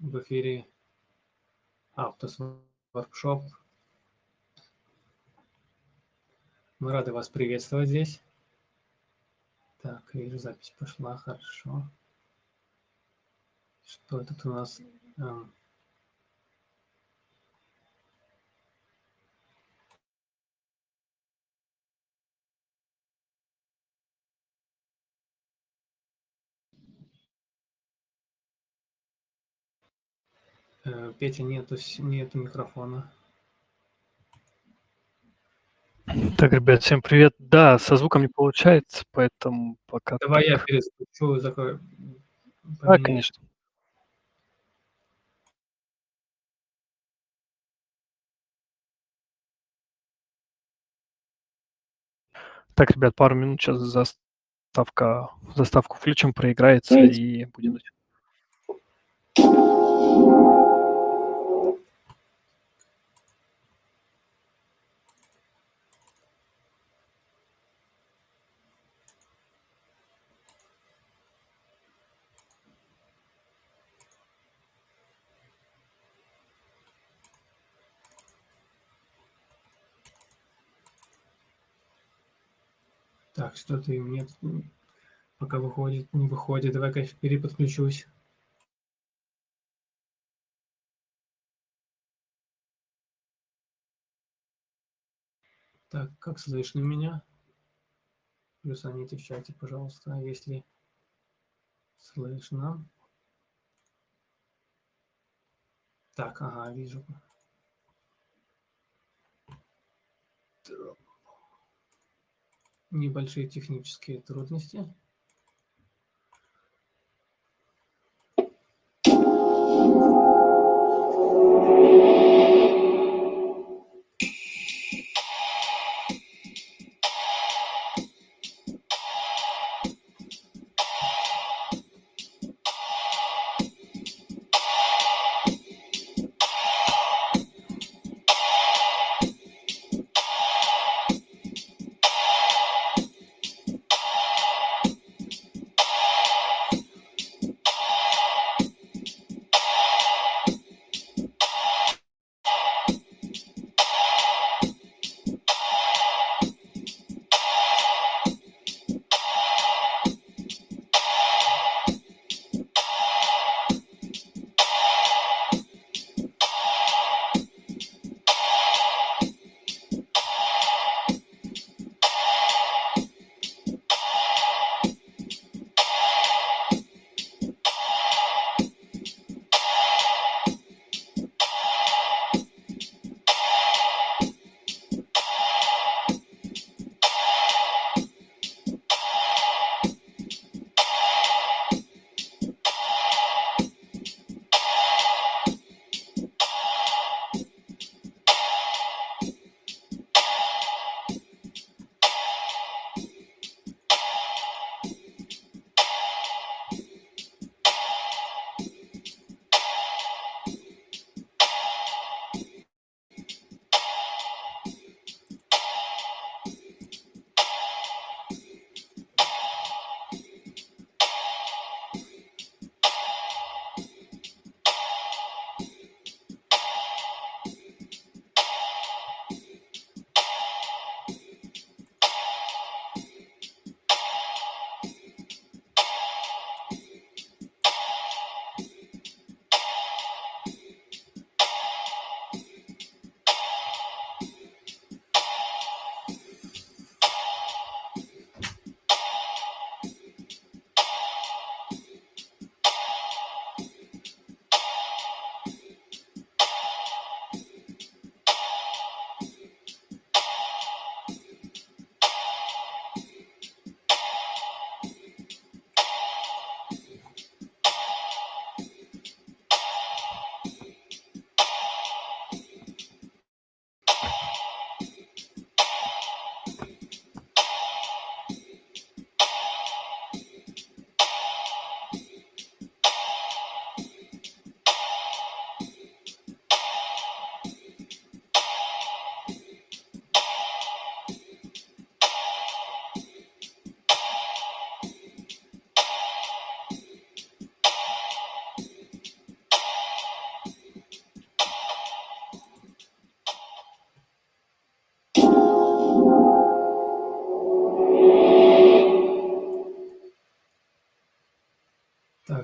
В эфире Aptos Workshop. Мы рады вас приветствовать здесь. Так, вижу, запись пошла, хорошо. Что это у нас? Петя, нету микрофона. Так, ребят, всем привет. Да, со звуком не получается, поэтому пока Давай я так. перезапущу, Да, поменяю. конечно. Так, ребят, пару минут, сейчас заставку включим, проиграется и будем начинать. Так, что-то им нет, пока выходит, не выходит. Давай-ка переподключусь. Так, как слышно меня? Плюс Аните в чате, пожалуйста, если слышно. Так, ага, вижу. Небольшие технические трудности.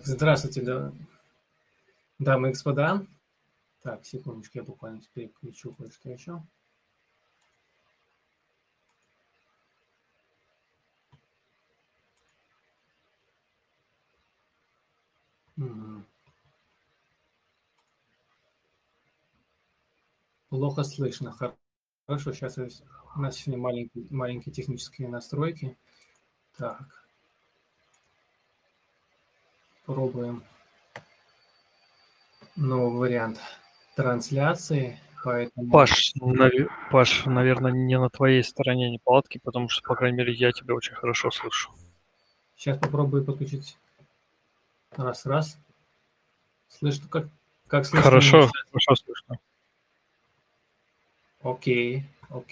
здравствуйте, дамы и господа. Так, секундочку, я буквально переключу кое-что еще. Плохо слышно. Хорошо, сейчас у нас сегодня маленькие технические настройки. Так. Пробуем новый вариант трансляции. Поэтому... Паш, наверное, не на твоей стороне неполадки, потому что, по крайней мере, я тебя очень хорошо слышу. Сейчас попробую подключить. Раз. Слышно, как слышно? Хорошо слышно. Окей.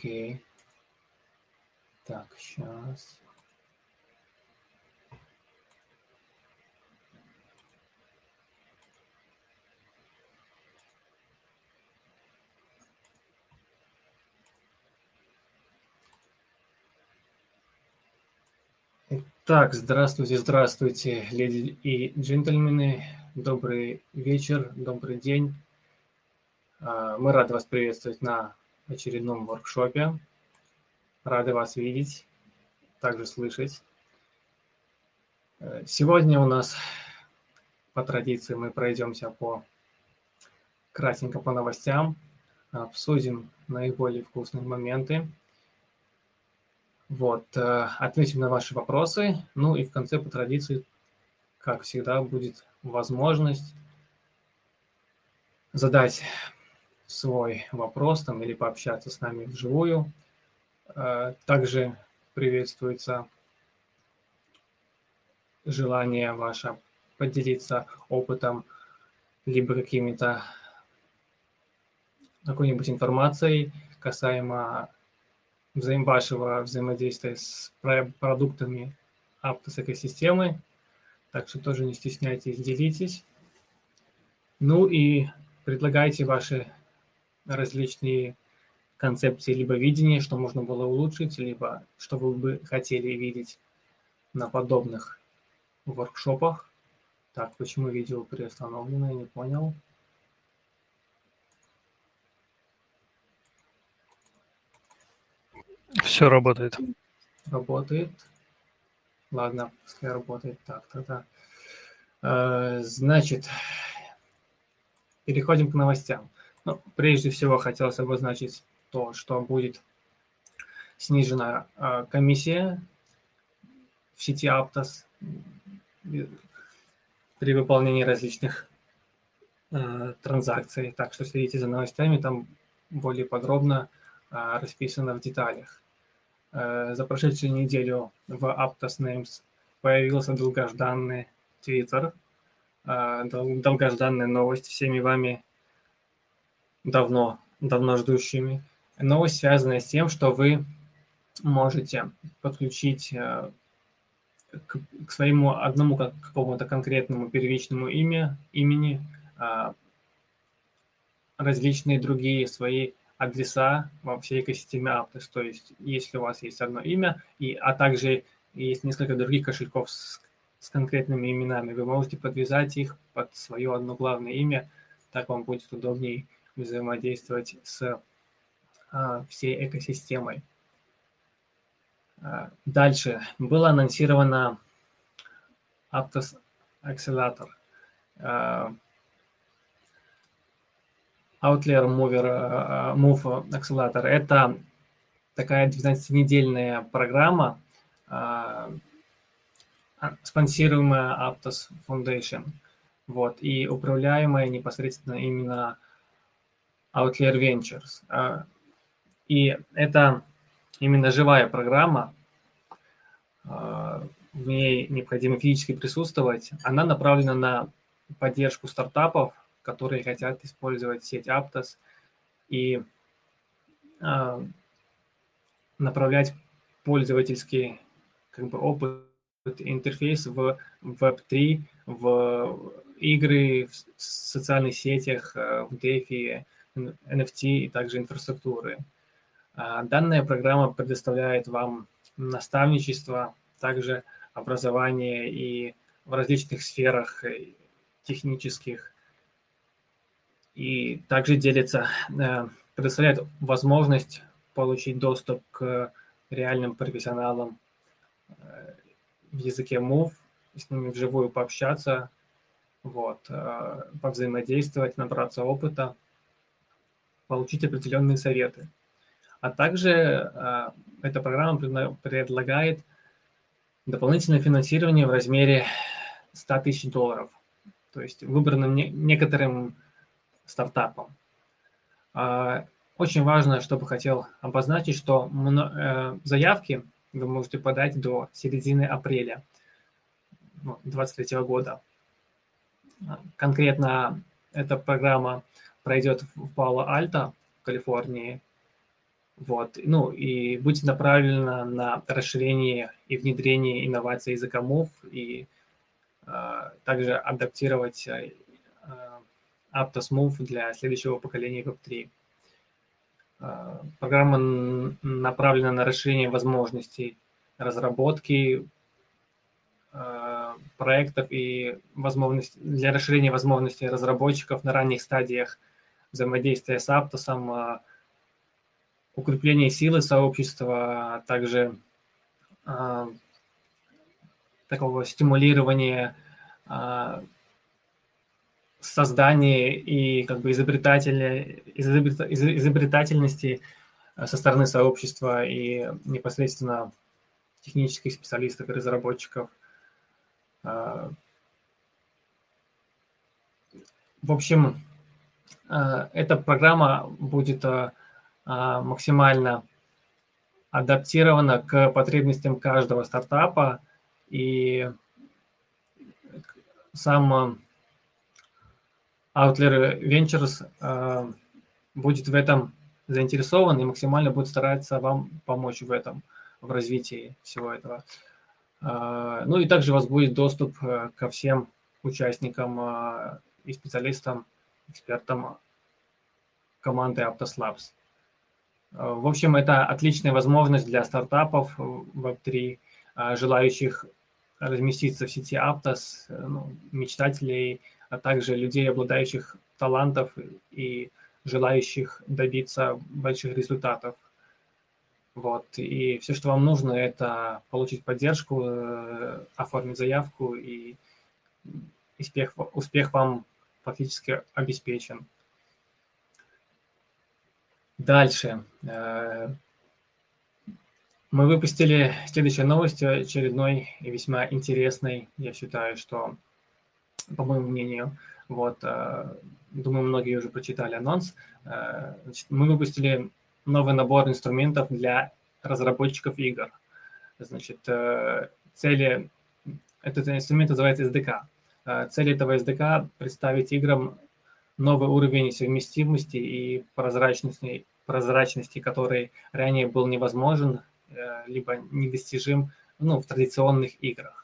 Так, сейчас. Так, здравствуйте, леди и джентльмены. Добрый вечер, добрый день. Мы рады вас приветствовать на очередном воркшопе. Рады вас видеть, также слышать. Сегодня у нас, по традиции, мы пройдемся кратенько по новостям, обсудим наиболее вкусные моменты. Ответим на ваши вопросы. Ну и в конце, по традиции, как всегда, будет возможность задать свой вопрос или пообщаться с нами вживую. Также приветствуется желание ваше поделиться опытом, либо какой-нибудь информацией касаемо вашего взаимодействия с продуктами Aptos экосистемы. Так что тоже не стесняйтесь, делитесь. Ну и предлагайте ваши различные концепции либо видения, что можно было улучшить, либо что вы бы хотели видеть на подобных воркшопах. Так, почему видео приостановлено, я не понял. Все работает. Работает. Ладно, пускай работает. Так, тогда. Значит, переходим к новостям. Ну, прежде всего, хотелось обозначить то, что будет снижена комиссия в сети Aptos при выполнении различных транзакций. Так что следите за новостями, там более подробно расписано в деталях. За прошедшую неделю в Aptos Names появился долгожданный Twitter, долгожданная новость, всеми вами давно ждущими. Новость, связанная с тем, что вы можете подключить к своему одному какому-то конкретному первичному имени различные другие свои адреса во всей экосистеме Aptos. То есть, если у вас есть одно имя, а также есть несколько других кошельков с конкретными именами, вы можете подвязать их под свое одно главное имя, так вам будет удобнее взаимодействовать с всей экосистемой. Дальше. Было анонсировано Aptos Accelerator. Outlier Move Accelerator – это такая 12-недельная программа, спонсируемая Aptos Foundation, и управляемая непосредственно именно Outlier Ventures. И это именно живая программа, в ней необходимо физически присутствовать. Она направлена на поддержку стартапов, которые хотят использовать сеть Aptos и направлять пользовательский опыт, интерфейс в Web3, в игры, в социальных сетях, в DeFi, NFT и также инфраструктуры. Данная программа предоставляет вам наставничество, также образование и в различных сферах технических. И также делится, предоставляет возможность получить доступ к реальным профессионалам в языке Move, с ними вживую пообщаться, повзаимодействовать, набраться опыта, получить определенные советы. А также эта программа предлагает дополнительное финансирование в размере $100 000, то есть выбранным некоторым стартапам. Очень важно, что бы хотел обозначить, что заявки вы можете подать до середины апреля 2023 года. Конкретно эта программа пройдет в Пало-Альто, в Калифорнии. И будет направлена на расширение и внедрение инноваций языка Move и также адаптировать Aptos Move для следующего поколения Web3. Программа направлена на расширение возможностей разработки проектов и для расширения возможностей разработчиков на ранних стадиях взаимодействия с Aptos, укрепление силы сообщества, а также такого стимулирования создания и изобретательности со стороны сообщества и непосредственно технических специалистов и разработчиков. В общем, эта программа будет максимально адаптирована к потребностям каждого стартапа, и сам Outlier Ventures будет в этом заинтересован и максимально будет стараться вам помочь в развитии всего этого. И также у вас будет доступ ко всем участникам и специалистам, экспертам команды Aptos Labs. В общем, это отличная возможность для стартапов Web3, желающих разместиться в сети Aptos, мечтателей, а также людей, обладающих талантов и желающих добиться больших результатов. И все, что вам нужно, это получить поддержку, оформить заявку, и успех вам фактически обеспечен. Дальше. Мы выпустили следующую новость, очередной и весьма интересной, я считаю, что, по моему мнению, думаю, многие уже прочитали анонс. Мы выпустили новый набор инструментов для разработчиков игр. Этот инструмент называется SDK. Цель этого SDK – представить играм новый уровень совместимости и прозрачности, который ранее был невозможен, либо недостижим в традиционных играх.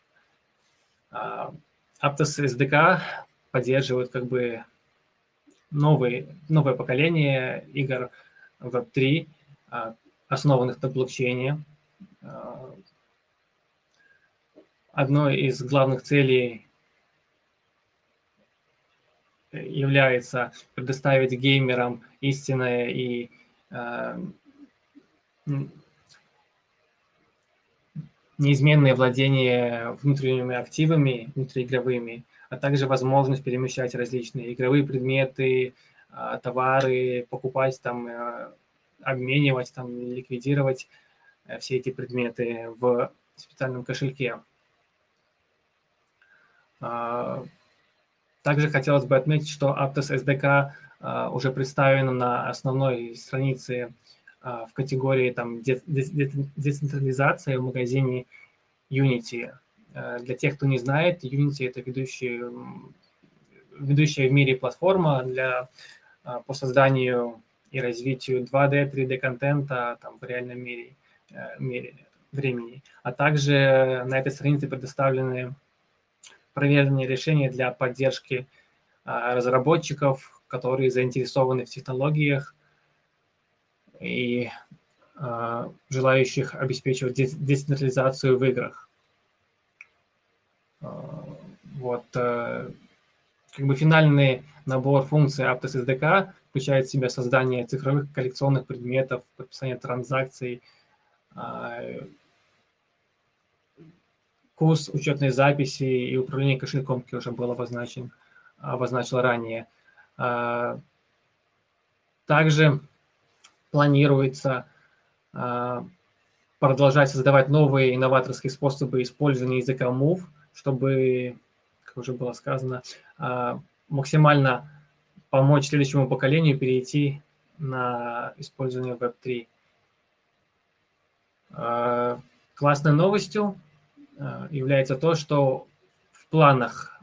Aptos SDK поддерживает новое поколение игр Web3, основанных на блокчейне. Одной из главных целей является предоставить геймерам истинное и неизменное владение внутренними активами, внутриигровыми, а также возможность перемещать различные игровые предметы, товары, покупать, обменивать, ликвидировать все эти предметы в специальном кошельке. Также хотелось бы отметить, что Aptos SDK уже представлен на основной странице в категории децентрализация в магазине Unity. Для тех, кто не знает, Unity – это ведущая в мире платформа по созданию и развитию 2D, 3D контента в реальном мире времени. А также на этой странице предоставлены проверенные решения для поддержки разработчиков, которые заинтересованы в технологиях и желающих обеспечивать децентрализацию в играх. Вот, как бы финальный набор функций Aptos SDK включает в себя создание цифровых коллекционных предметов, подписание транзакций, курс учетной записи и управление кошельком, как уже был обозначил ранее. Также планируется продолжать создавать новые инноваторские способы использования языка Move, чтобы, как уже было сказано, максимально помочь следующему поколению перейти на использование Web3. Классной новостью является то, что в планах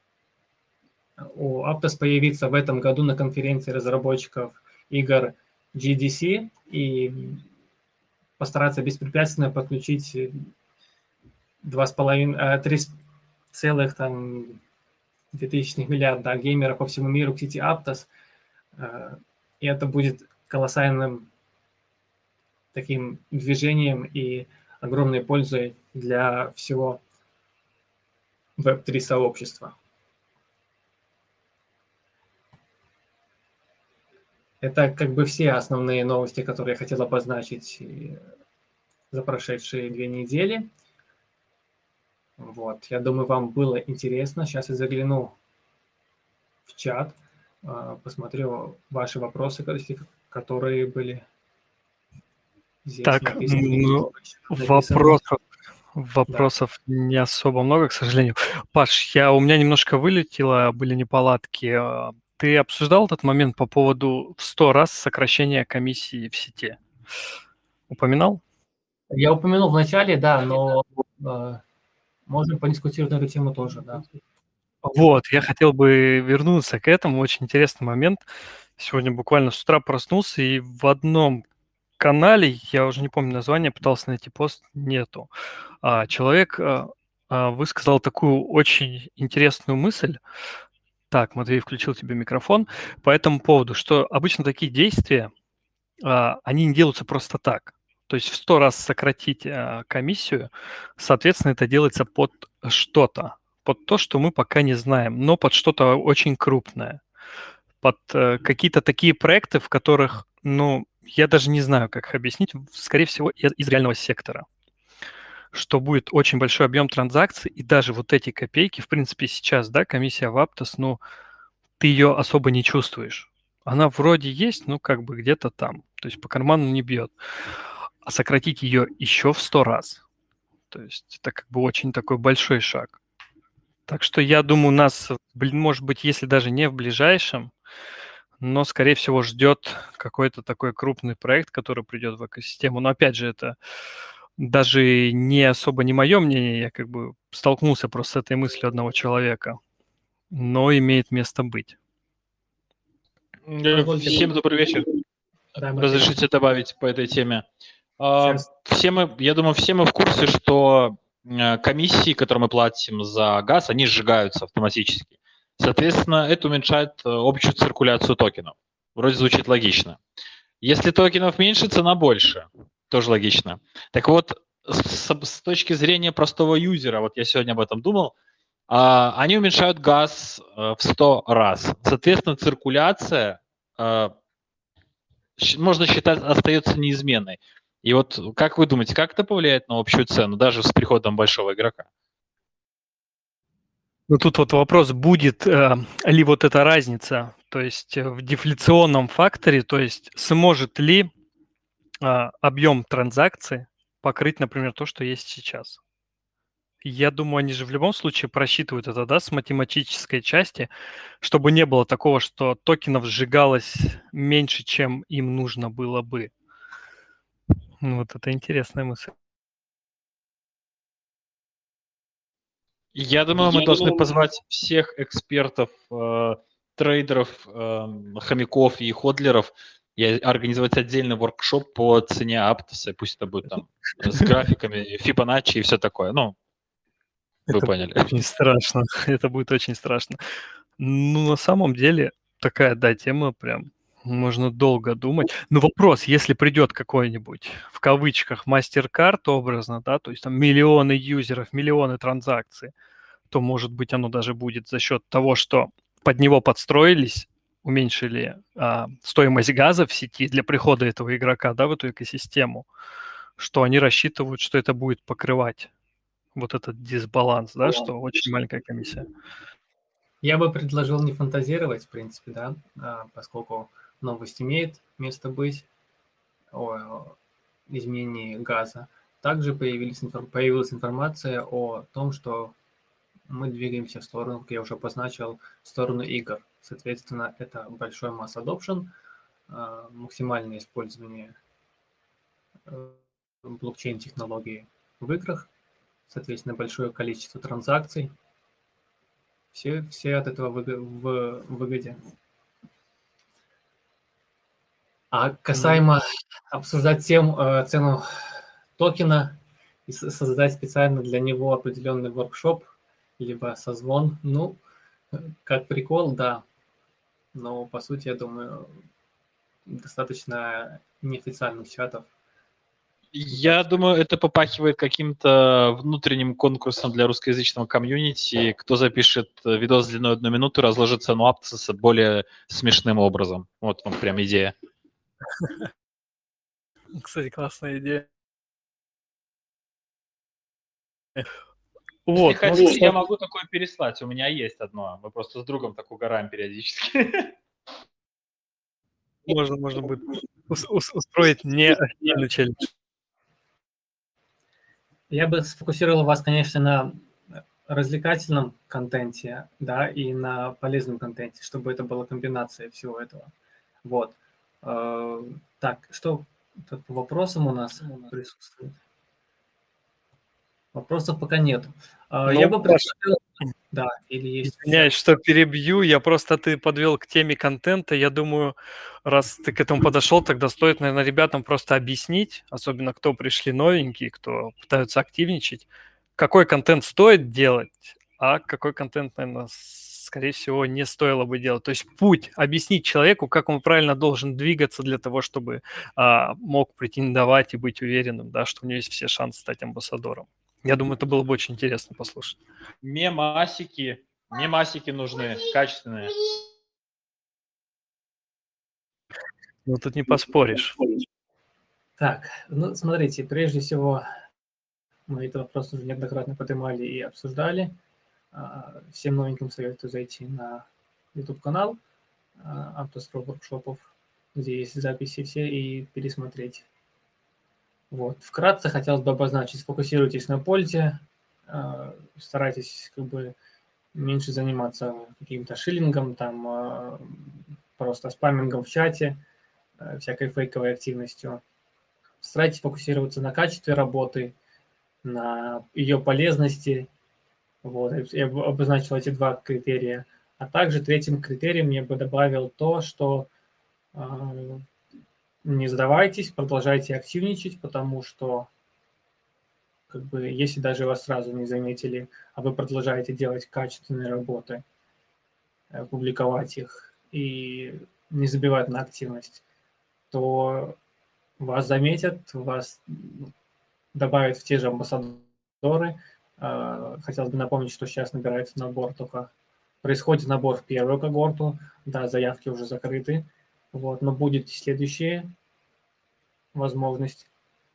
у Aptos появиться в этом году на конференции разработчиков игр GDC и постараться беспрепятственно подключить 3,2 миллиарда геймеров по всему миру к сети Aptos. И это будет колоссальным таким движением и огромной пользой для всего Web3 сообщества. Это как бы все основные новости, которые я хотел обозначить за прошедшие 2 недели. Вот, я думаю, вам было интересно. Сейчас я загляну в чат, посмотрю ваши вопросы, которые были здесь так, написаны. Вопросов не особо много, к сожалению. Паш, у меня немножко вылетело, были неполадки. Ты обсуждал этот момент по поводу в 100 раз сокращения комиссии в сети? Упоминал? Я упомянул в начале, да, но можем подискутировать на эту тему тоже, да. Вот, я хотел бы вернуться к этому. Очень интересный момент. Сегодня буквально с утра проснулся, и в одном канале, я уже не помню название, пытался найти пост, нету. Человек высказал такую очень интересную мысль. Так, Матвей, включил тебе микрофон. По этому поводу, что обычно такие действия, они не делаются просто так. То есть в 100 раз сократить комиссию, соответственно, это делается под что-то. Под то, что мы пока не знаем, но под что-то очень крупное. Под какие-то такие проекты, в которых, я даже не знаю, как их объяснить, скорее всего, из реального сектора. Что будет очень большой объем транзакций, и даже вот эти копейки, в принципе, сейчас, да, комиссия в Aptos, ты ее особо не чувствуешь. Она вроде есть, как бы где-то там. То есть по карману не бьет. А сократить ее еще в 100 раз. То есть это как бы очень такой большой шаг. Так что я думаю, нас, может быть, если даже не в ближайшем, но, скорее всего, ждет какой-то такой крупный проект, который придет в экосистему. Но, опять же, это даже не особо не мое мнение. Я как бы столкнулся просто с этой мыслью одного человека. Но имеет место быть. Всем добрый вечер. Да, разрешите добавить по этой теме. Я думаю, все мы в курсе, что комиссии, которые мы платим за газ, они сжигаются автоматически. Соответственно, это уменьшает общую циркуляцию токенов. Вроде звучит логично. Если токенов меньше, цена больше. Тоже логично. Так вот, с точки зрения простого юзера, вот я сегодня об этом думал, они уменьшают газ в 100 раз. Соответственно, циркуляция, можно считать, остается неизменной. И вот как вы думаете, как это повлияет на общую цену, даже с приходом большого игрока? Тут вот вопрос, будет ли вот эта разница, то есть в дефляционном факторе, то есть сможет ли объем транзакций покрыть, например, то, что есть сейчас? Я думаю, они же в любом случае просчитывают это, да, с математической части, чтобы не было такого, что токенов сжигалось меньше, чем им нужно было бы. Вот это интересная мысль. Я думаю, мы должны позвать всех экспертов, трейдеров, хомяков и ходлеров и организовать отдельный воркшоп по цене Aptos, пусть это будет там с графиками Fibonacci и все такое. Вы поняли. Очень страшно. Это будет очень страшно. На самом деле, такая, да, тема прям можно долго думать. Но вопрос, если придет какой-нибудь, в кавычках, MasterCard образно, да, то есть там миллионы юзеров, миллионы транзакций, то, может быть, оно даже будет за счет того, что под него подстроились, уменьшили стоимость газа в сети для прихода этого игрока, да, в эту экосистему, что они рассчитывают, что это будет покрывать вот этот дисбаланс, да, что очень маленькая комиссия. Я бы предложил не фантазировать, в принципе, да, поскольку новость имеет место быть о изменении газа. Также появилась информация о том, что мы двигаемся в сторону, как я уже обозначил, в сторону игр. Соответственно, это большой mass adoption, максимальное использование блокчейн-технологии в играх, соответственно, большое количество транзакций. Все от этого в выгоде. А касаемо обсуждать цену токена и создать специально для него определенный воркшоп, либо созвон, ну, как прикол, да. Но, по сути, я думаю, достаточно неофициальных чатов. Я думаю, это попахивает каким-то внутренним конкурсом для русскоязычного комьюнити. Кто запишет видос длиной 1 минуту, разложит цену Aptos более смешным образом. Вот вам прям идея. Кстати, классная идея. Вот, если хотите, я могу такое переслать. У меня есть одно. Мы просто с другом так угораем периодически. Можно будет устроить не официальный челлендж. Я бы сфокусировал вас, конечно, на развлекательном контенте, да, и на полезном контенте, чтобы это была комбинация всего этого. Вот. Так, что по вопросам у нас присутствует? Вопросов пока нет. Я бы предложил... Да, или есть... Извиняюсь, что перебью, ты подвел к теме контента. Я думаю, раз ты к этому подошел, тогда стоит, наверное, ребятам просто объяснить, особенно кто пришли новенькие, кто пытаются активничать, какой контент стоит делать, а какой контент, наверное, скорее всего, не стоило бы делать. То есть путь, объяснить человеку, как он правильно должен двигаться для того, чтобы мог претендовать и быть уверенным, да, что у него есть все шансы стать амбассадором. Я думаю, это было бы очень интересно послушать. Мемасики нужны, качественные. Ну, тут не поспоришь. Так, ну, смотрите, прежде всего, мы этот вопрос уже неоднократно поднимали и обсуждали. Всем новеньким советую зайти на YouTube-канал Aptos Workshop'ов, где есть записи все, и пересмотреть. Вот. Вкратце хотелось бы обозначить, сфокусируйтесь на пользе, старайтесь как бы меньше заниматься каким-то шиллингом, там просто спаммингом в чате, всякой фейковой активностью. Старайтесь фокусироваться на качестве работы, на ее полезности. Вот. Я бы обозначил эти два критерия. А также третьим критерием я бы добавил то, что не сдавайтесь, продолжайте активничать, потому что как бы, если даже вас сразу не заметили, а вы продолжаете делать качественные работы, публиковать их и не забивать на активность, то вас заметят, вас добавят в те же амбассадоры. Хотелось бы напомнить, что сейчас набирается набор только... Происходит набор в первую когорту, да, заявки уже закрыты, вот, но будет следующая возможность.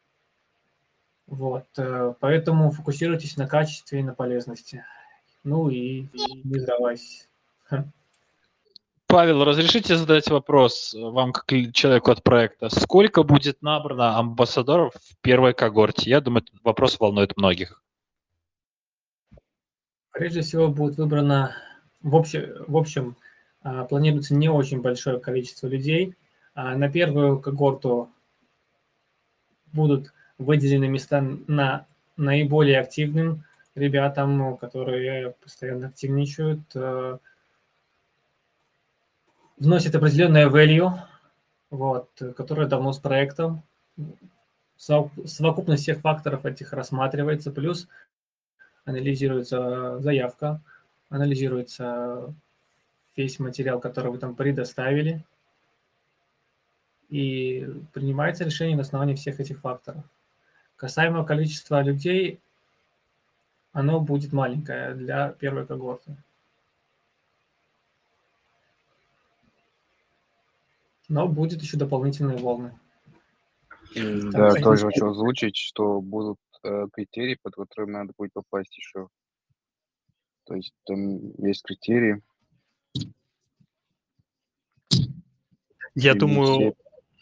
Вот, поэтому фокусируйтесь на качестве и на полезности. Ну и не сдавайся. Павел, разрешите задать вопрос вам, как человеку от проекта? Сколько будет набрано амбассадоров в первой когорте? Я думаю, этот вопрос волнует многих. Прежде всего будет выбрано, в общем, планируется не очень большое количество людей. На первую когорту будут выделены места на наиболее активным ребятам, которые постоянно активничают, вносят определенное value, вот, которое давно с проектом. Совокупность всех факторов этих рассматривается, плюс анализируется заявка, анализируется весь материал, который вы там предоставили, и принимается решение на основании всех этих факторов. Касаемо количества людей, оно будет маленькое для первой когорты. Но будет еще дополнительные волны. Да, тоже хочу озвучить, что будут критерии, под которые надо будет попасть еще. То есть там есть критерии. Я думаю,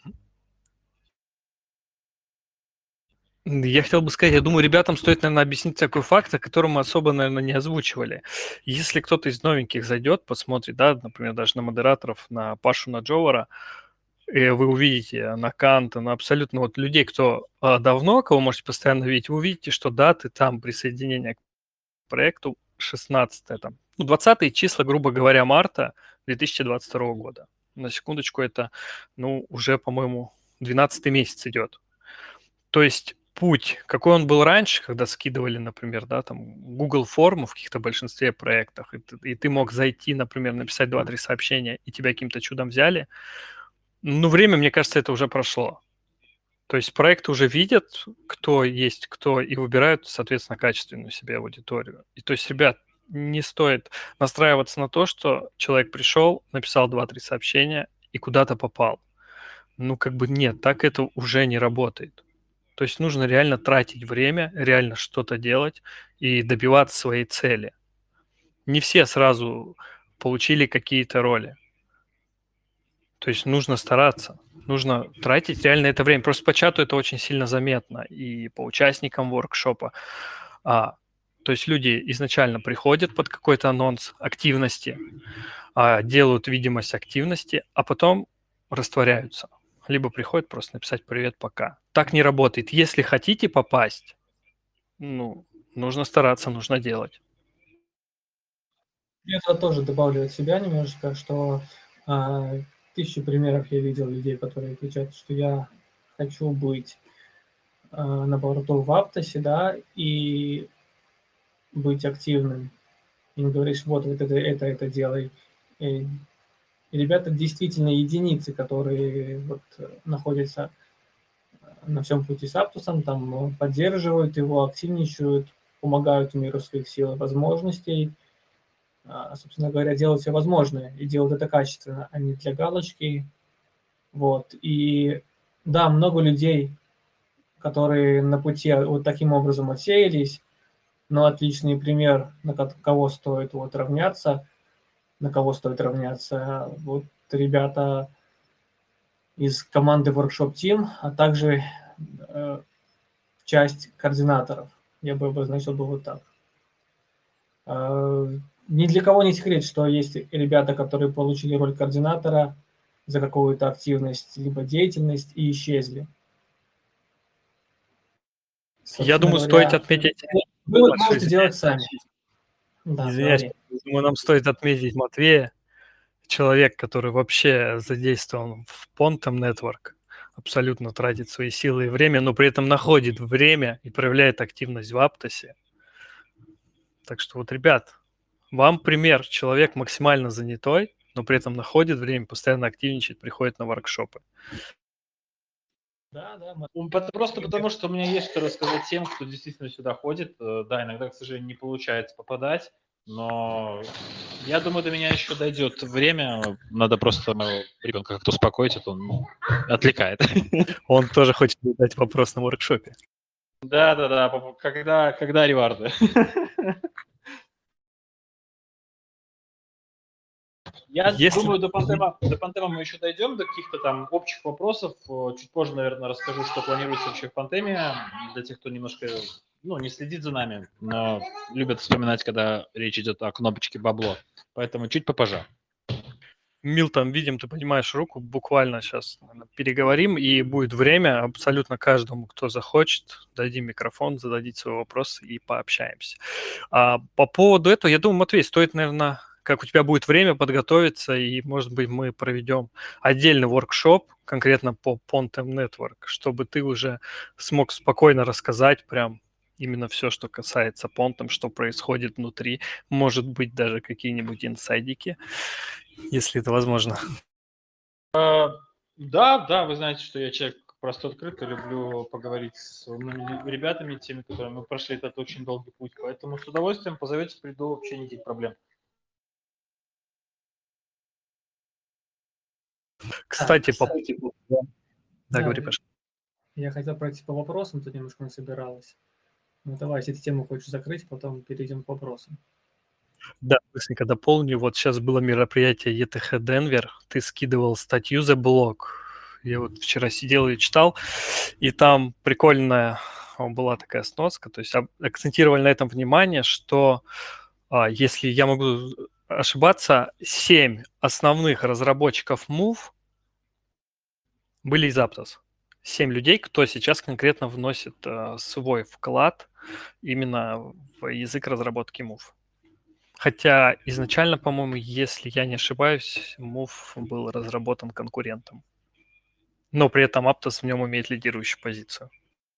я хотел бы сказать, я думаю, ребятам стоит, наверное, объяснить такой факт, о котором мы особо, наверное, не озвучивали. Если кто-то из новеньких зайдет, посмотрит, да, например, даже на модераторов, на Пашу, на Джовара, и вы увидите на Канта, на абсолютно вот людей, кто давно, кого можете постоянно видеть, вы увидите, что даты там присоединения к проекту 16 там, 20 числа, грубо говоря, марта 2022 года. На секундочку, это, уже, по-моему, 12 месяц идет. То есть путь, какой он был раньше, когда скидывали, например, да, там Google форму в каких-то большинстве проектах, и ты мог зайти, например, написать 2-3 сообщения, и тебя каким-то чудом взяли, время, мне кажется, это уже прошло. То есть проекты уже видят, кто есть кто, и выбирают, соответственно, качественную себе аудиторию. И то есть, ребят, не стоит настраиваться на то, что человек пришел, написал 2-3 сообщения и куда-то попал. Нет, так это уже не работает. То есть нужно реально тратить время, реально что-то делать и добиваться своей цели. Не все сразу получили какие-то роли. То есть нужно стараться, нужно тратить реально это время. Просто по чату это очень сильно заметно и по участникам воркшопа. То есть люди изначально приходят под какой-то анонс активности, делают видимость активности, а потом растворяются. Либо приходят просто написать «Привет, пока». Так не работает. Если хотите попасть, нужно стараться, нужно делать. Я тоже добавлю от себя немножечко, что 1000 примеров я видел людей, которые кричат, что я хочу быть на борту в Аптосе, да, и быть активным. И не говоришь, вот это делай. И ребята действительно единицы, которые находятся на всем пути с Аптосом, там поддерживают его, активничают, помогают в меру своих сил и возможностей. Собственно говоря, делают все возможное и делают это качественно, а не для галочки. И да, много людей, которые на пути вот таким образом отсеялись, но отличный пример, на кого стоит равняться, ребята из команды Workshop Team, а также часть координаторов. Я бы обозначил вот так. Ни для кого не секрет, что есть ребята, которые получили роль координатора за какую-то активность либо деятельность и исчезли. Я думаю, стоит отметить... Вы можете делать сами. Извиняюсь, думаю, нам стоит отметить Матвея, человек, который вообще задействован в Pontem Network, абсолютно тратит свои силы и время, но при этом находит время и проявляет активность в Аптосе. Так что ребят, вам пример. Человек максимально занятой, но при этом находит время, постоянно активничает, приходит на воркшопы. Да. Просто потому, что у меня есть что рассказать тем, кто действительно сюда ходит. Да, иногда, к сожалению, не получается попадать, но я думаю, до меня еще дойдет время. Надо просто ребенка как-то успокоить, а то он отвлекает. Он тоже хочет задать вопрос на воркшопе. Да. Когда реварды? Я думаю, до Пантема мы еще дойдем, до каких-то там общих вопросов. Чуть позже, наверное, расскажу, что планируется вообще в Пантеме. Для тех, кто немножко не следит за нами, но любят вспоминать, когда речь идет о кнопочке бабло. Поэтому чуть попозже. Милтон, видим, ты поднимаешь руку, буквально сейчас переговорим, и будет время абсолютно каждому, кто захочет, дадим микрофон, зададите свой вопрос и пообщаемся. По поводу этого, я думаю, Матвей, стоит, наверное, как у тебя будет время подготовиться, и, может быть, мы проведем отдельный воркшоп конкретно по Pontem Network, чтобы ты уже смог спокойно рассказать прям именно все, что касается Pontem, что происходит внутри, может быть, даже какие-нибудь инсайдики, если это возможно. Да, вы знаете, что я человек просто открыто люблю поговорить с умными ребятами, теми, которыми мы прошли этот очень долгий путь. Поэтому с удовольствием позовете, приду, вообще никаких проблем. Кстати, Да, говори, Паш. я хотел пройти по вопросам, тут немножко не собиралась. Ну давай, если ты тему хочешь закрыть, потом перейдем к вопросам. Да, быстренько дополню. Вот сейчас было мероприятие ETH Денвер. Ты скидывал статью за блог. Я вот вчера сидел и читал, и там прикольная была такая сноска. То есть акцентировали на этом внимание, что, если я могу ошибаться, 7 основных разработчиков Move были из Aptos. 7 людей, кто сейчас конкретно вносит свой вклад именно в язык разработки Move. Хотя изначально, по-моему, если я не ошибаюсь, Move был разработан конкурентом. Но при этом Aptos в нем имеет лидирующую позицию.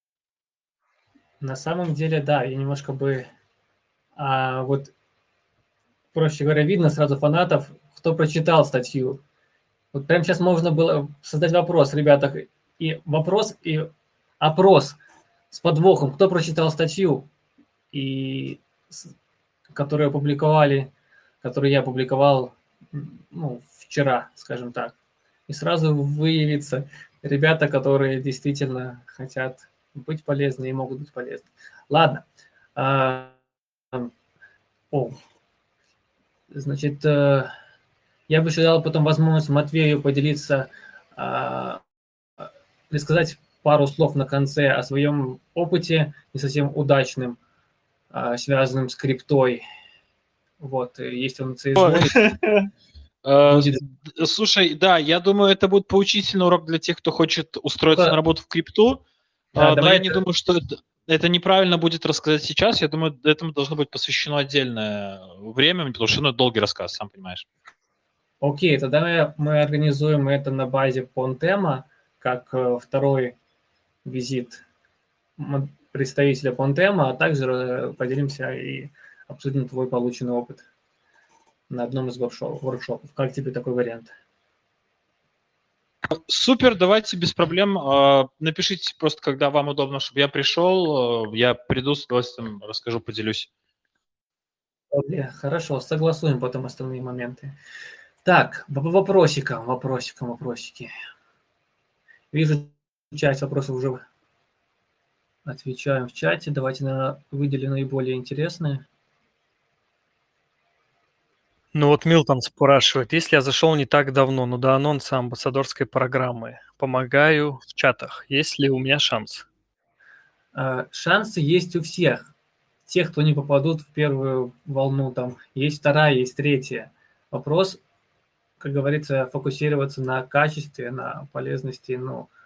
На самом деле, да, я немножко бы... вот, проще говоря, видно сразу фанатов, кто прочитал статью. Вот прямо сейчас можно было создать вопрос, ребята, и вопрос, и опрос с подвохом, кто прочитал статью, и которую опубликовали, которую я опубликовал вчера, скажем так. И сразу выявится ребята, которые действительно хотят быть полезны и могут быть полезны. Ладно. Значит, я бы еще дал потом возможность Матвею поделиться, рассказать пару слов на конце о своем опыте, не совсем удачным, связанным с криптой. Вот, если он соизволит. Слушай, да, я думаю, это будет поучительный урок для тех, кто хочет устроиться на работу в крипту. Но я не думаю, что это неправильно будет рассказать сейчас. Я думаю, этому должно быть посвящено отдельное время, потому что это долгий рассказ, сам понимаешь. Окей, тогда мы организуем это на базе Pontema, как второй визит представителя Pontema, а также поделимся и обсудим твой полученный опыт на одном из воркшопов. Как тебе такой вариант? Супер, давайте без проблем. Напишите просто, когда вам удобно, чтобы я пришел. Я приду с удовольствием, расскажу, поделюсь. Хорошо, согласуем потом остальные моменты. Так, вопросики. Вижу, часть вопросов уже отвечаем в чате. Давайте выделим наиболее интересные. Ну вот Милтон спрашивает, если я зашел не так давно, но до анонса амбассадорской программы, помогаю в чатах, есть ли у меня шанс? Шансы есть у всех. Тех, кто не попадут в первую волну, там есть вторая, есть третья. Вопрос, как говорится, фокусироваться на качестве, на полезности,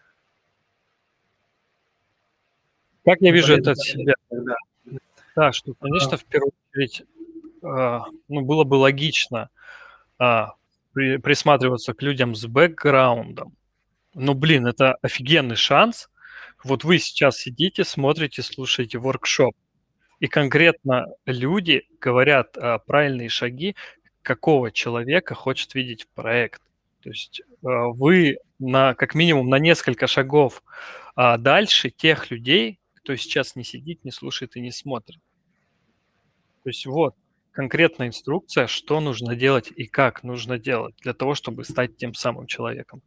Как я вижу это от себя? Да, что, конечно, в первую очередь, было бы логично присматриваться к людям с бэкграундом. Но, это офигенный шанс. Вот вы сейчас сидите, смотрите, слушаете воркшоп, и конкретно люди говорят правильные шаги, какого человека хочет видеть проект. То есть вы как минимум на несколько шагов дальше тех людей, кто сейчас не сидит, не слушает и не смотрит. То есть вот конкретная инструкция, что нужно делать и как нужно делать для того, чтобы стать тем самым человеком.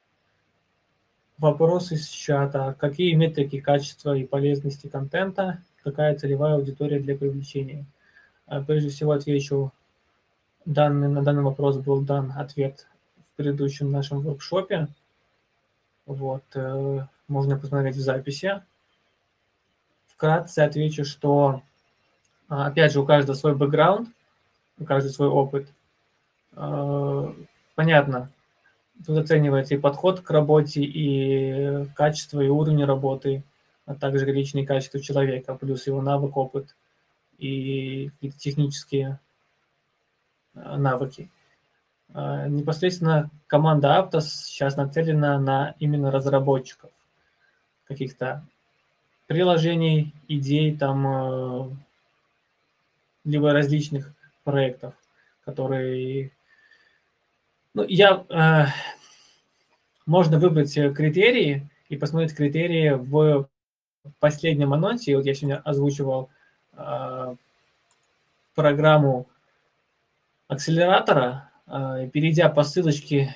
Вопрос из чата. Какие метрики качества и полезности контента? Какая целевая аудитория для привлечения? Прежде всего отвечу. На данный вопрос был дан ответ в предыдущем нашем воркшопе. Вот, можно посмотреть в записи. Вкратце отвечу, что, опять же, у каждого свой бэкграунд, у каждого свой опыт. Понятно, тут оценивается и подход к работе, и качество, и уровень работы, а также личные качества человека, плюс его навык, опыт и какие-то технические навыки. Непосредственно команда Aptos сейчас нацелена на именно разработчиков каких-то приложений, идей, там, либо различных проектов, которые... можно выбрать критерии и посмотреть критерии в последнем анонсе. Вот я сегодня озвучивал программу акселератора, перейдя по ссылочке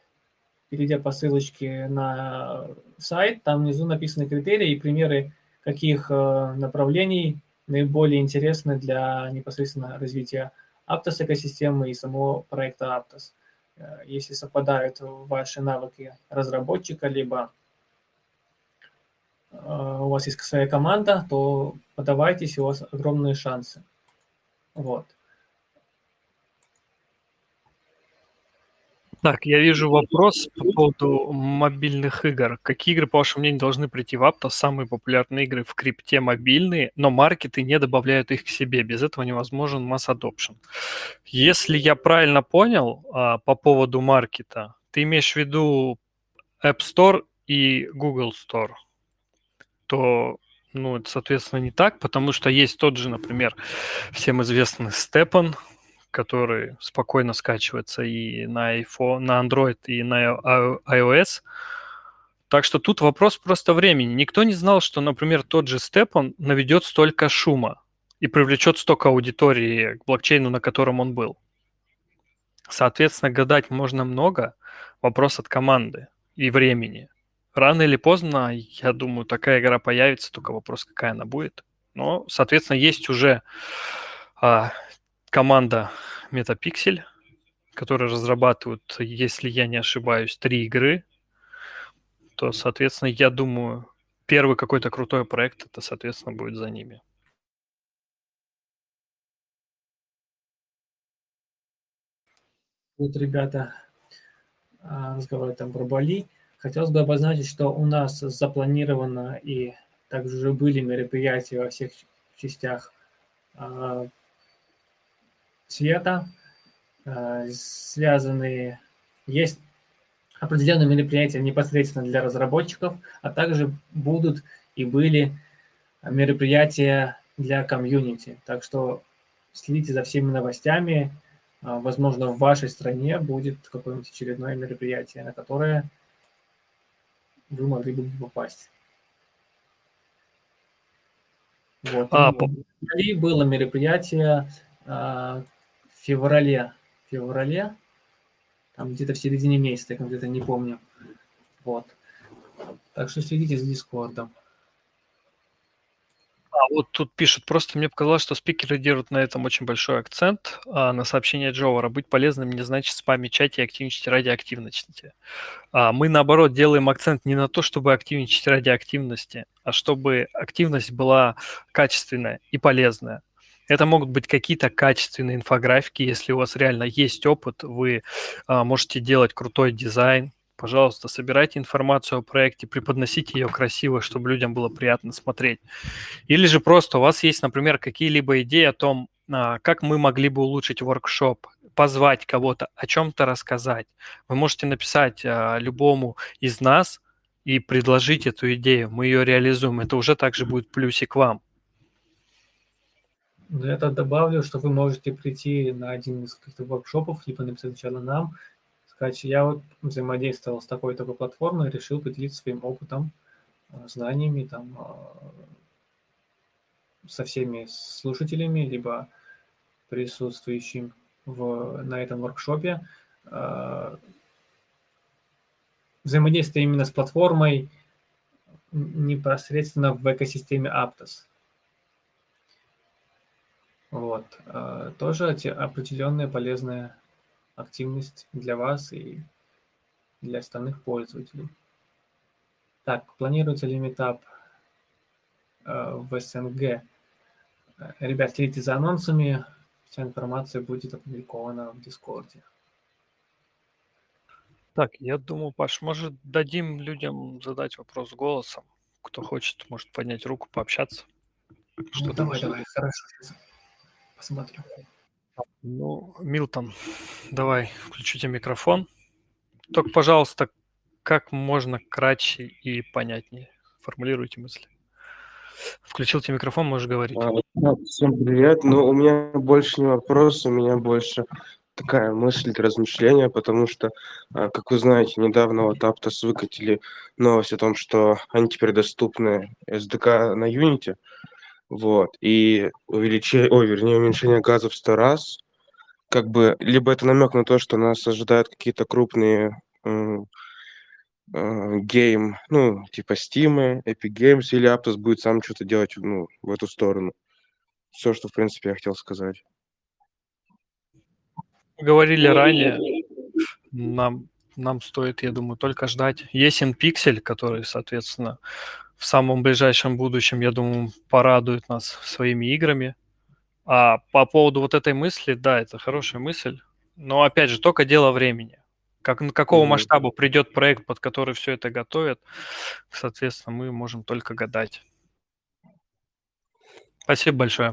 на сайт, там внизу написаны критерии и примеры, каких направлений наиболее интересны для непосредственно развития Aptos экосистемы и самого проекта Aptos. Если совпадают ваши навыки разработчика, либо у вас есть своя команда, то подавайтесь, у вас огромные шансы. Вот. Так, я вижу вопрос по поводу мобильных игр. Какие игры, по вашему мнению, должны прийти в Aptos? Самые популярные игры в крипте мобильные, но маркеты не добавляют их к себе. Без этого невозможен масс-адопшн. Если я правильно понял по поводу маркета, ты имеешь в виду App Store и Google Store, то, это, соответственно, не так, потому что есть тот же, например, всем известный Stepan, который спокойно скачивается и на iPhone, на Android, и на iOS. Так что тут вопрос просто времени. Никто не знал, что, например, тот же Stepan наведет столько шума и привлечет столько аудитории к блокчейну, на котором он был. Соответственно, гадать можно много. Вопрос от команды и времени. Рано или поздно, я думаю, такая игра появится, только вопрос, какая она будет. Но, соответственно, есть уже команда Metapixel, которые разрабатывают, если я не ошибаюсь, 3 игры, то, соответственно, я думаю, первый какой-то крутой проект, это, соответственно, будет за ними. Вот, ребята, разговаривают там про Бали. Хотелось бы обозначить, что у нас запланировано и также уже были мероприятия во всех частях света, связанные, есть определенные мероприятия непосредственно для разработчиков, а также будут и были мероприятия для комьюнити. Так что следите за всеми новостями. Возможно, в вашей стране будет какое-нибудь очередное мероприятие, на которое вы могли бы попасть. Вот. И было мероприятие в феврале, там где-то в середине месяца, я где-то не помню. Вот. Так что следите за Дискордом. Вот тут пишут, просто мне показалось, что спикеры делают на этом очень большой акцент, на сообщение Джовара. Быть полезным не значит спамить чате и активничать ради активности. Мы, наоборот, делаем акцент не на то, чтобы активничать ради активности, а чтобы активность была качественная и полезная. Это могут быть какие-то качественные инфографики, если у вас реально есть опыт, вы можете делать крутой дизайн. Пожалуйста, собирайте информацию о проекте, преподносите ее красиво, чтобы людям было приятно смотреть. Или же просто у вас есть, например, какие-либо идеи о том, как мы могли бы улучшить воркшоп, позвать кого-то, о чем-то рассказать. Вы можете написать любому из нас и предложить эту идею. Мы ее реализуем. Это уже также будет плюсик вам. Я это добавлю, что вы можете прийти на один из каких-то воркшопов, либо написать сначала нам, сказать, я вот взаимодействовал с такой-такой платформой, решил поделиться своим опытом, знаниями, там, со всеми слушателями, либо присутствующим на этом воркшопе. Взаимодействие именно с платформой непосредственно в экосистеме Aptos. Вот. Тоже определенная полезная активность для вас и для остальных пользователей. Так, планируется ли митап в СНГ? Ребят, следите за анонсами. Вся информация будет опубликована в Дискорде. Так, я думаю, Паш, может, дадим людям задать вопрос голосом? Кто хочет, может поднять руку, пообщаться. Что давай, хорошо. Посмотрим. Милтон, давай, включите микрофон. Только, пожалуйста, как можно кратче и понятнее формулируйте мысли. Включил тебе микрофон, можешь говорить. Всем привет. У меня больше не вопрос, у меня больше такая мысль для размышления, потому что, как вы знаете, недавно вот Aptos выкатили новость о том, что они теперь доступны SDK на Unity, вот, и уменьшение газа в 100 раз, как бы, либо это намек на то, что нас ожидают какие-то крупные гейм, ну, типа Steam, Epic Games, или Aptos будет сам что-то делать, ну, в эту сторону. Все, что, в принципе, я хотел сказать. Говорили ранее, нам стоит, я думаю, только ждать. Есть InPixel, который, соответственно, в самом ближайшем будущем, я думаю, порадует нас своими играми. А по поводу вот этой мысли, да, это хорошая мысль, но, опять же, только дело времени. Какого масштаба придет проект, под который все это готовят, соответственно, мы можем только гадать. Спасибо большое.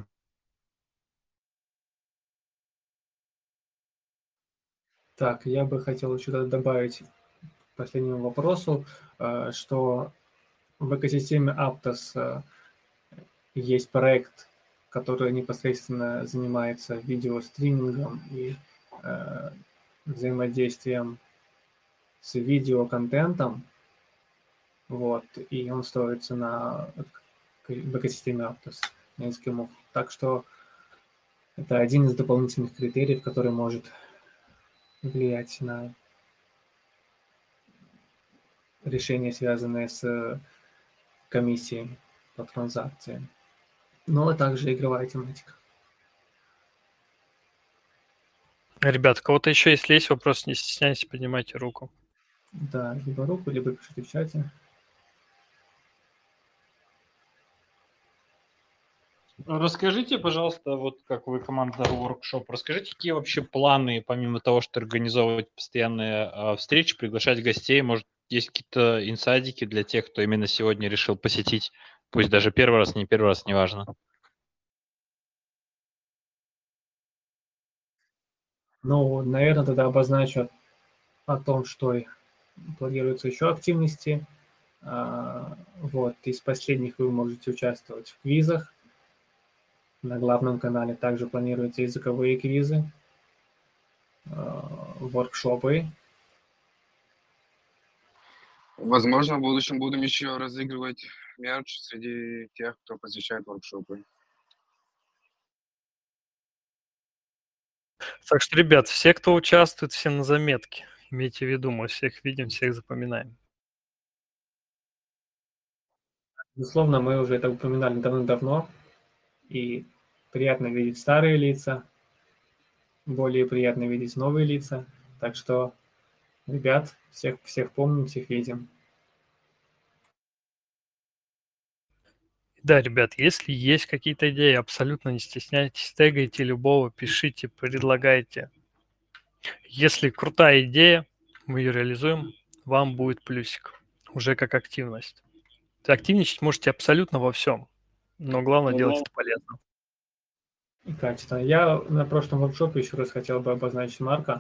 Так, я бы хотел еще добавить к последнему вопросу, что в экосистеме Aptos есть проект, который непосредственно занимается видеостримингом и взаимодействием с видеоконтентом, вот, и он строится в экосистеме Aptos, на эскимов. Так что это один из дополнительных критериев, который может влиять на решения, связанные с комиссией по транзакциям. Но также игровая тематика. Ребят, у кого-то еще, если есть вопрос, не стесняйтесь, поднимайте руку. Да, либо руку, либо пишите в чате. Расскажите, пожалуйста, вот как вы команда Workshop, расскажите, какие вообще планы, помимо того, что организовывать постоянные встречи, приглашать гостей, может, есть какие-то инсайдики для тех, кто именно сегодня решил посетить, пусть даже первый раз, не первый раз, неважно. Ну, наверное, тогда обозначу о том, что планируются еще активности. Вот, из последних вы можете участвовать в квизах. На главном канале также планируются языковые квизы, воркшопы. Возможно, в будущем будем еще разыгрывать мерч среди тех, кто посещает воркшопы. Так что, ребят, все, кто участвует, все на заметке. Имейте в виду, мы всех видим, всех запоминаем. Безусловно, мы уже это упоминали давно, и приятно видеть старые лица, более приятно видеть новые лица. Так что, ребят, всех помним, всех видим. Да, ребят, если есть какие-то идеи, абсолютно не стесняйтесь, тегайте любого, пишите, предлагайте. Если крутая идея, мы ее реализуем, вам будет плюсик, уже как активность. Активничать можете абсолютно во всем, но главное делать это полезно. И качественно. Я на прошлом воркшопе еще раз хотел бы обозначить Марка.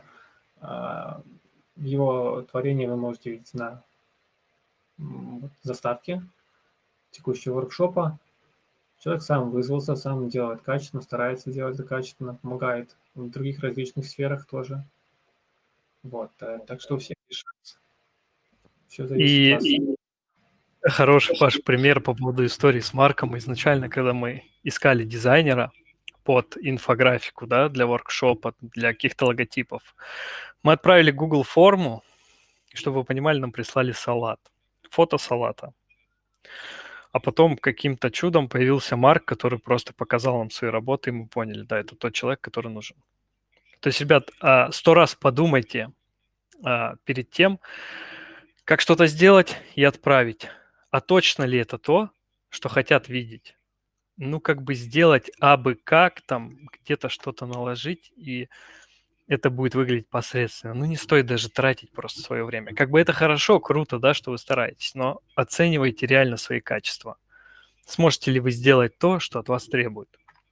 Его творение вы можете видеть на заставке текущего воркшопа. Человек сам вызвался, сам делает качественно, старается делать это качественно, помогает в других различных сферах тоже. Вот, так что у всех есть шанс. Все зависит от вас. Хороший, Паш, пример по поводу истории с Марком. Изначально, когда мы искали дизайнера под инфографику, да, для воркшопа, для каких-то логотипов, мы отправили Google форму, и, чтобы вы понимали, нам прислали салат, фото салата. А потом каким-то чудом появился Марк, который просто показал нам свои работы, и мы поняли, да, это тот человек, который нужен. То есть, ребят, 100 раз подумайте перед тем, как что-то сделать и отправить. А точно ли это то, что хотят видеть? Ну, как бы сделать абы как, там, где-то что-то наложить, и это будет выглядеть посредственно. Ну, не стоит даже тратить просто свое время. Как бы это хорошо, круто, да, что вы стараетесь, но оценивайте реально свои качества. Сможете ли вы сделать то, что от вас требуют?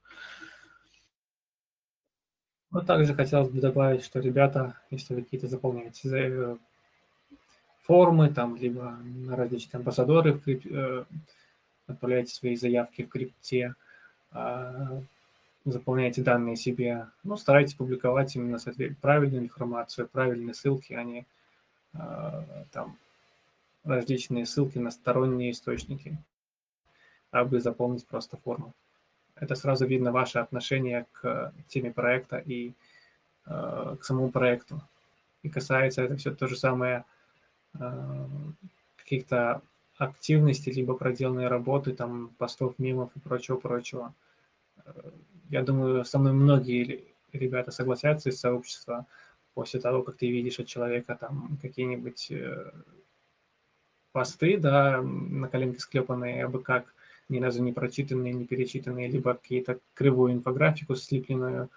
Ну, также хотелось бы добавить, что ребята, если вы какие-то заполняете формы, там, либо на различные амбассадоры отправляете свои заявки в крипте, заполняете данные себе, ну, старайтесь публиковать именно правильную информацию, правильные ссылки, а не там различные ссылки на сторонние источники, дабы заполнить просто форму. Это сразу видно ваше отношение к теме проекта и к самому проекту. И касается это все то же самое каких-то активностей, либо проделанной работы, там, постов, мемов и прочего-прочего. Я думаю, со мной многие ребята согласятся из сообщества после того, как ты видишь от человека там какие-нибудь посты, да, на коленке склепанные, абы как, ни разу не прочитанные, не перечитанные, либо какие-то кривую инфографику слепленную,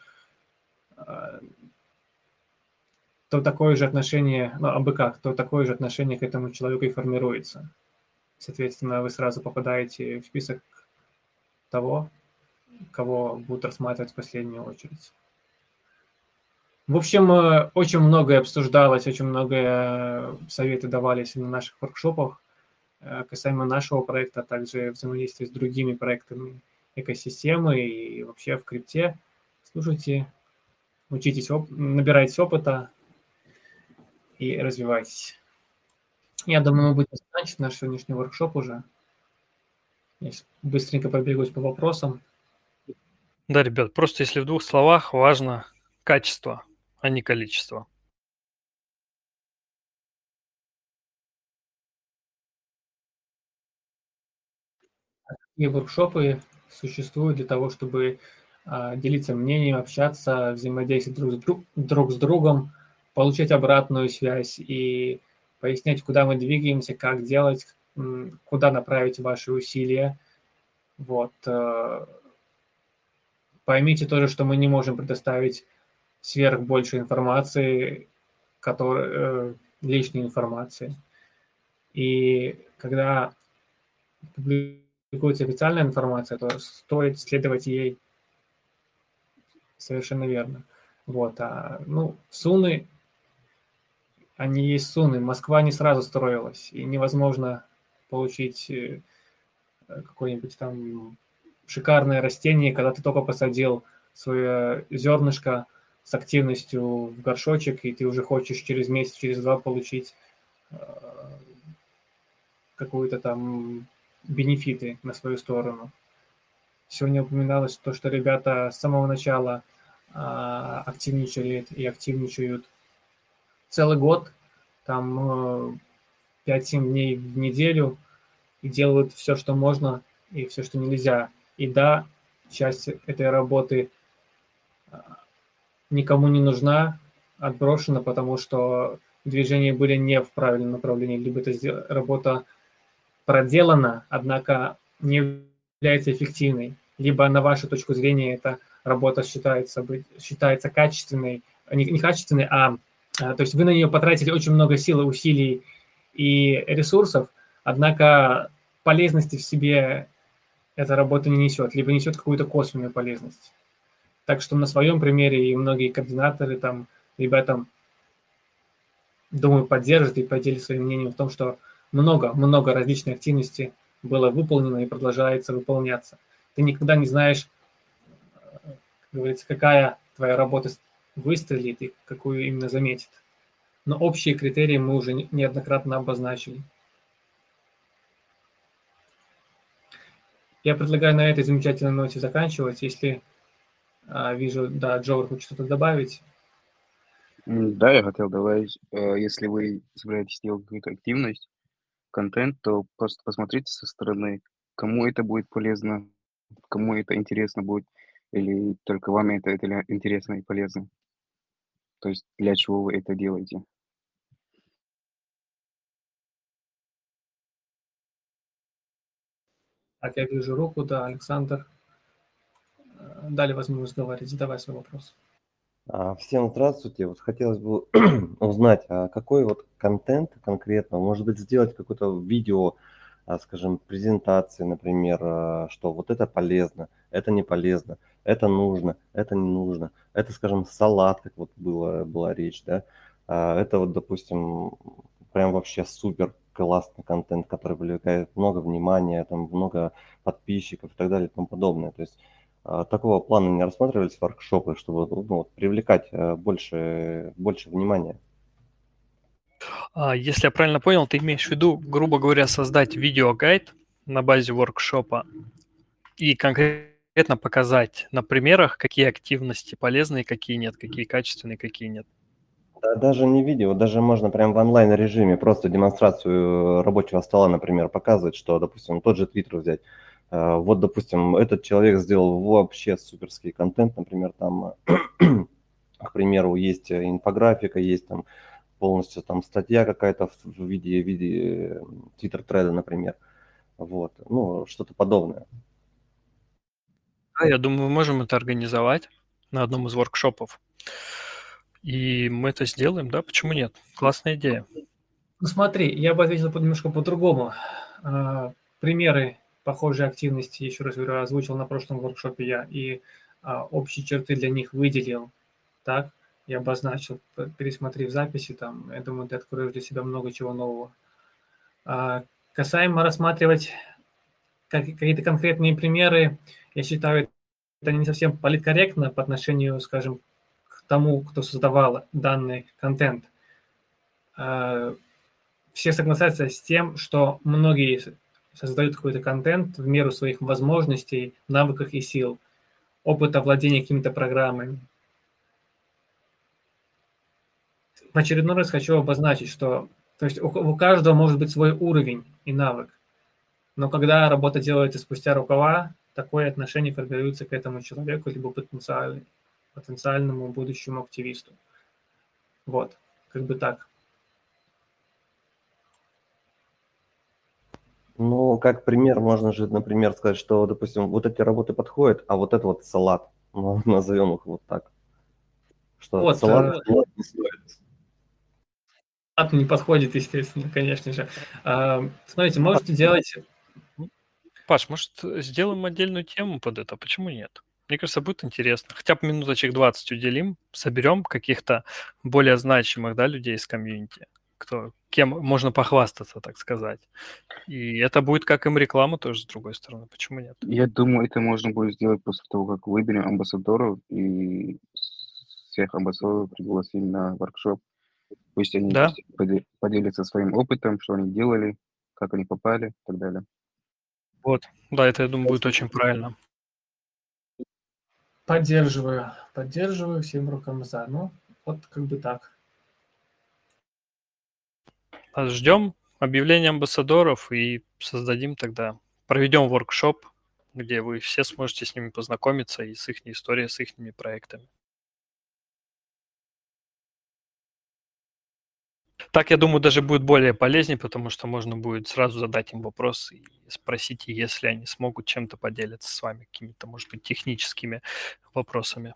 то такое же отношение, ну, абы как, то такое же отношение к этому человеку и формируется. Соответственно, вы сразу попадаете в список того, кого будут рассматривать в последнюю очередь. В общем, очень многое обсуждалось, очень многое советы давались на наших воркшопах касаемо нашего проекта, а также взаимодействия с другими проектами экосистемы и вообще в крипте. Слушайте, учитесь, набирайтесь опыта и развивайтесь. Я думаю, мы будем заканчивать наш сегодняшний воркшоп уже. Я быстренько пробегусь по вопросам. Да, ребят, просто если в 2 словах, важно качество, а не количество. И воркшопы существуют для того, чтобы делиться мнением, общаться, взаимодействовать друг с другом, получать обратную связь и пояснять, куда мы двигаемся, как делать, куда направить ваши усилия. Вот. Поймите тоже, что мы не можем предоставить сверх больше информации, лишней информации. И когда публикуется официальная информация, то стоит следовать ей совершенно верно. Вот. Суны, они есть суны. Москва не сразу строилась, и невозможно получить какое-нибудь там шикарное растение, когда ты только посадил свое зернышко с активностью в горшочек, и ты уже хочешь через месяц, через два получить какую-то там бенефиты на свою сторону. Сегодня упоминалось то, что ребята с самого начала активничали и активничают целый год, там 5-7 дней в неделю, и делают все, что можно, и все, что нельзя. И да, часть этой работы никому не нужна, отброшена, потому что движения были не в правильном направлении, либо эта работа проделана, однако не является эффективной, либо на вашу точку зрения эта работа считается качественной, не качественной, то есть вы на нее потратили очень много сил, усилий и ресурсов, однако полезности в себе эта работа не несет, либо несет какую-то косвенную полезность. Так что на своем примере и многие координаторы, там, ребята, думаю, поддержат и поделятся своим мнением в том, что много различной активности было выполнено и продолжается выполняться. Ты никогда не знаешь, как говорится, какая твоя работа выстрелит и какую именно заметит. Но общие критерии мы уже неоднократно обозначили. Я предлагаю на этой замечательной ноте заканчивать. Если вижу, да, Джовар хочет что-то добавить. Да, я хотел добавить, если вы собираетесь делать какую-то активность, контент, то просто посмотрите со стороны, кому это будет полезно, кому это интересно будет, или только вам это интересно и полезно. То есть для чего вы это делаете. Так, я вижу руку, да, Александр. Дали возможность говорить, задавай свой вопрос. Всем здравствуйте. Вот хотелось бы узнать, какой вот контент конкретно, может быть, сделать какое-то видео, скажем, презентации, например, что вот это полезно, это не полезно, это нужно, это не нужно. Это, скажем, салат, как вот была речь, да. Это вот, допустим, прям вообще супер классный контент, который привлекает много внимания, там много подписчиков и так далее и тому подобное. То есть такого плана не рассматривались воркшопы, чтобы привлекать больше внимания? Если я правильно понял, ты имеешь в виду, грубо говоря, создать видеогайд на базе воркшопа и конкретно показать на примерах, какие активности полезные, какие нет, какие качественные, какие нет. Да, даже не видео, даже можно прям в онлайн-режиме просто демонстрацию рабочего стола, например, показывать, что, допустим, тот же Twitter взять. Вот, допустим, этот человек сделал вообще суперский контент, например, там, к примеру, есть инфографика, есть там полностью там статья какая-то в виде Twitter-треда, например. Вот, ну, что-то подобное. Да, я думаю, мы можем это организовать на одном из воркшопов. И мы это сделаем, да, почему нет? Классная идея. Ну смотри, я бы ответил немножко по-другому. Примеры похожей активности, еще раз говорю, озвучил на прошлом воркшопе я, и общие черты для них выделил, так, и обозначил, пересмотрев записи, там, я думаю, ты откроешь для себя много чего нового. Касаемо рассматривать какие-то конкретные примеры, я считаю, это не совсем политкорректно по отношению, скажем, к тому, кто создавал данный контент. Все согласятся с тем, что многие создают какой-то контент в меру своих возможностей, навыков и сил, опыта владения какими-то программами. В очередной раз хочу обозначить, что то есть у каждого может быть свой уровень и навык, но когда работа делается спустя рукава, такое отношение формируется к этому человеку, либо потенциальному будущему активисту. Вот, как бы так. Ну, как пример, можно же, например, сказать, что, допустим, вот эти работы подходят, а вот это вот салат, ну, назовем их вот так. Что Вот, салат не стоит. не подходит, естественно, конечно же. Смотрите, можете делать... Паш, может, сделаем отдельную тему под это? Почему нет? Мне кажется, будет интересно. Хотя бы минуточек 20 уделим, соберем каких-то более значимых, да, людей из комьюнити, кем можно похвастаться, так сказать. И это будет как им реклама тоже, с другой стороны. Почему нет? Я думаю, это можно будет сделать после того, как выберем амбассадоров и всех амбассадоров пригласим на воркшоп. Пусть они Да, поделятся своим опытом, что они делали, как они попали и так далее. вот. Да, это, я думаю, будет очень правильно. Поддерживаю всем рукам за. Ну, вот как бы так. Ждем объявления амбассадоров и создадим тогда, проведем воркшоп, где вы все сможете с ними познакомиться и с их историей, с их проектами. Так, я думаю, даже будет более полезнее, потому что можно будет сразу задать им вопрос и спросить, если они смогут чем-то поделиться с вами, какими-то, может быть, техническими вопросами.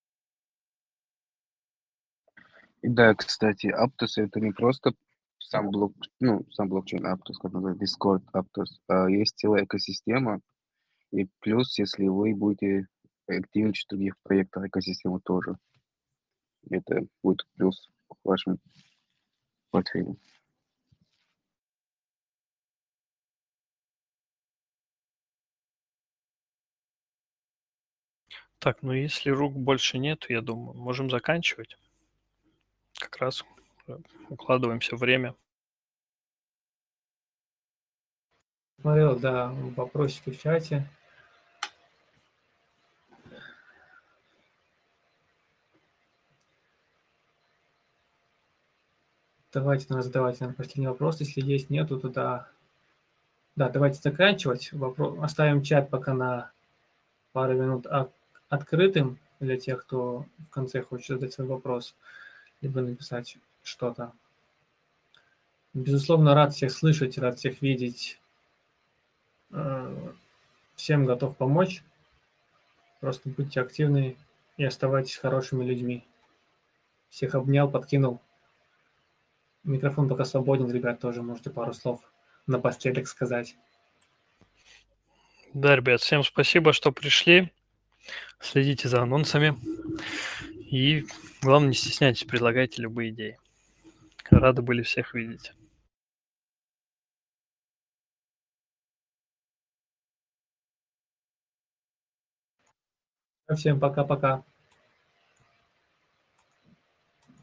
И да, кстати, Aptos это не просто сам блокчейн Aptos, как называется, Discord Aptos, а есть целая экосистема. И плюс, если вы будете активничать в других проектах экосистемы тоже, это будет плюс к вашему портфелю. Так, ну если рук больше нет, я думаю, можем заканчивать. Как раз укладываемся в время. Смотрел, да, вопросики в чате. Давайте задавайте нам последний вопрос. Если есть, нету, то да. Да, давайте заканчивать. Оставим чат пока на пару минут открытым для тех, кто в конце хочет задать свой вопрос, либо написать что-то. Безусловно, рад всех слышать, рад всех видеть. Всем готов помочь. Просто будьте активны и оставайтесь хорошими людьми. Всех обнял, подкинул. Микрофон пока свободен, ребят, тоже можете пару слов напоследок сказать. Да, ребят, всем спасибо, что пришли. Следите за анонсами. И, главное, не стесняйтесь, предлагайте любые идеи. Рады были всех видеть. Всем пока-пока.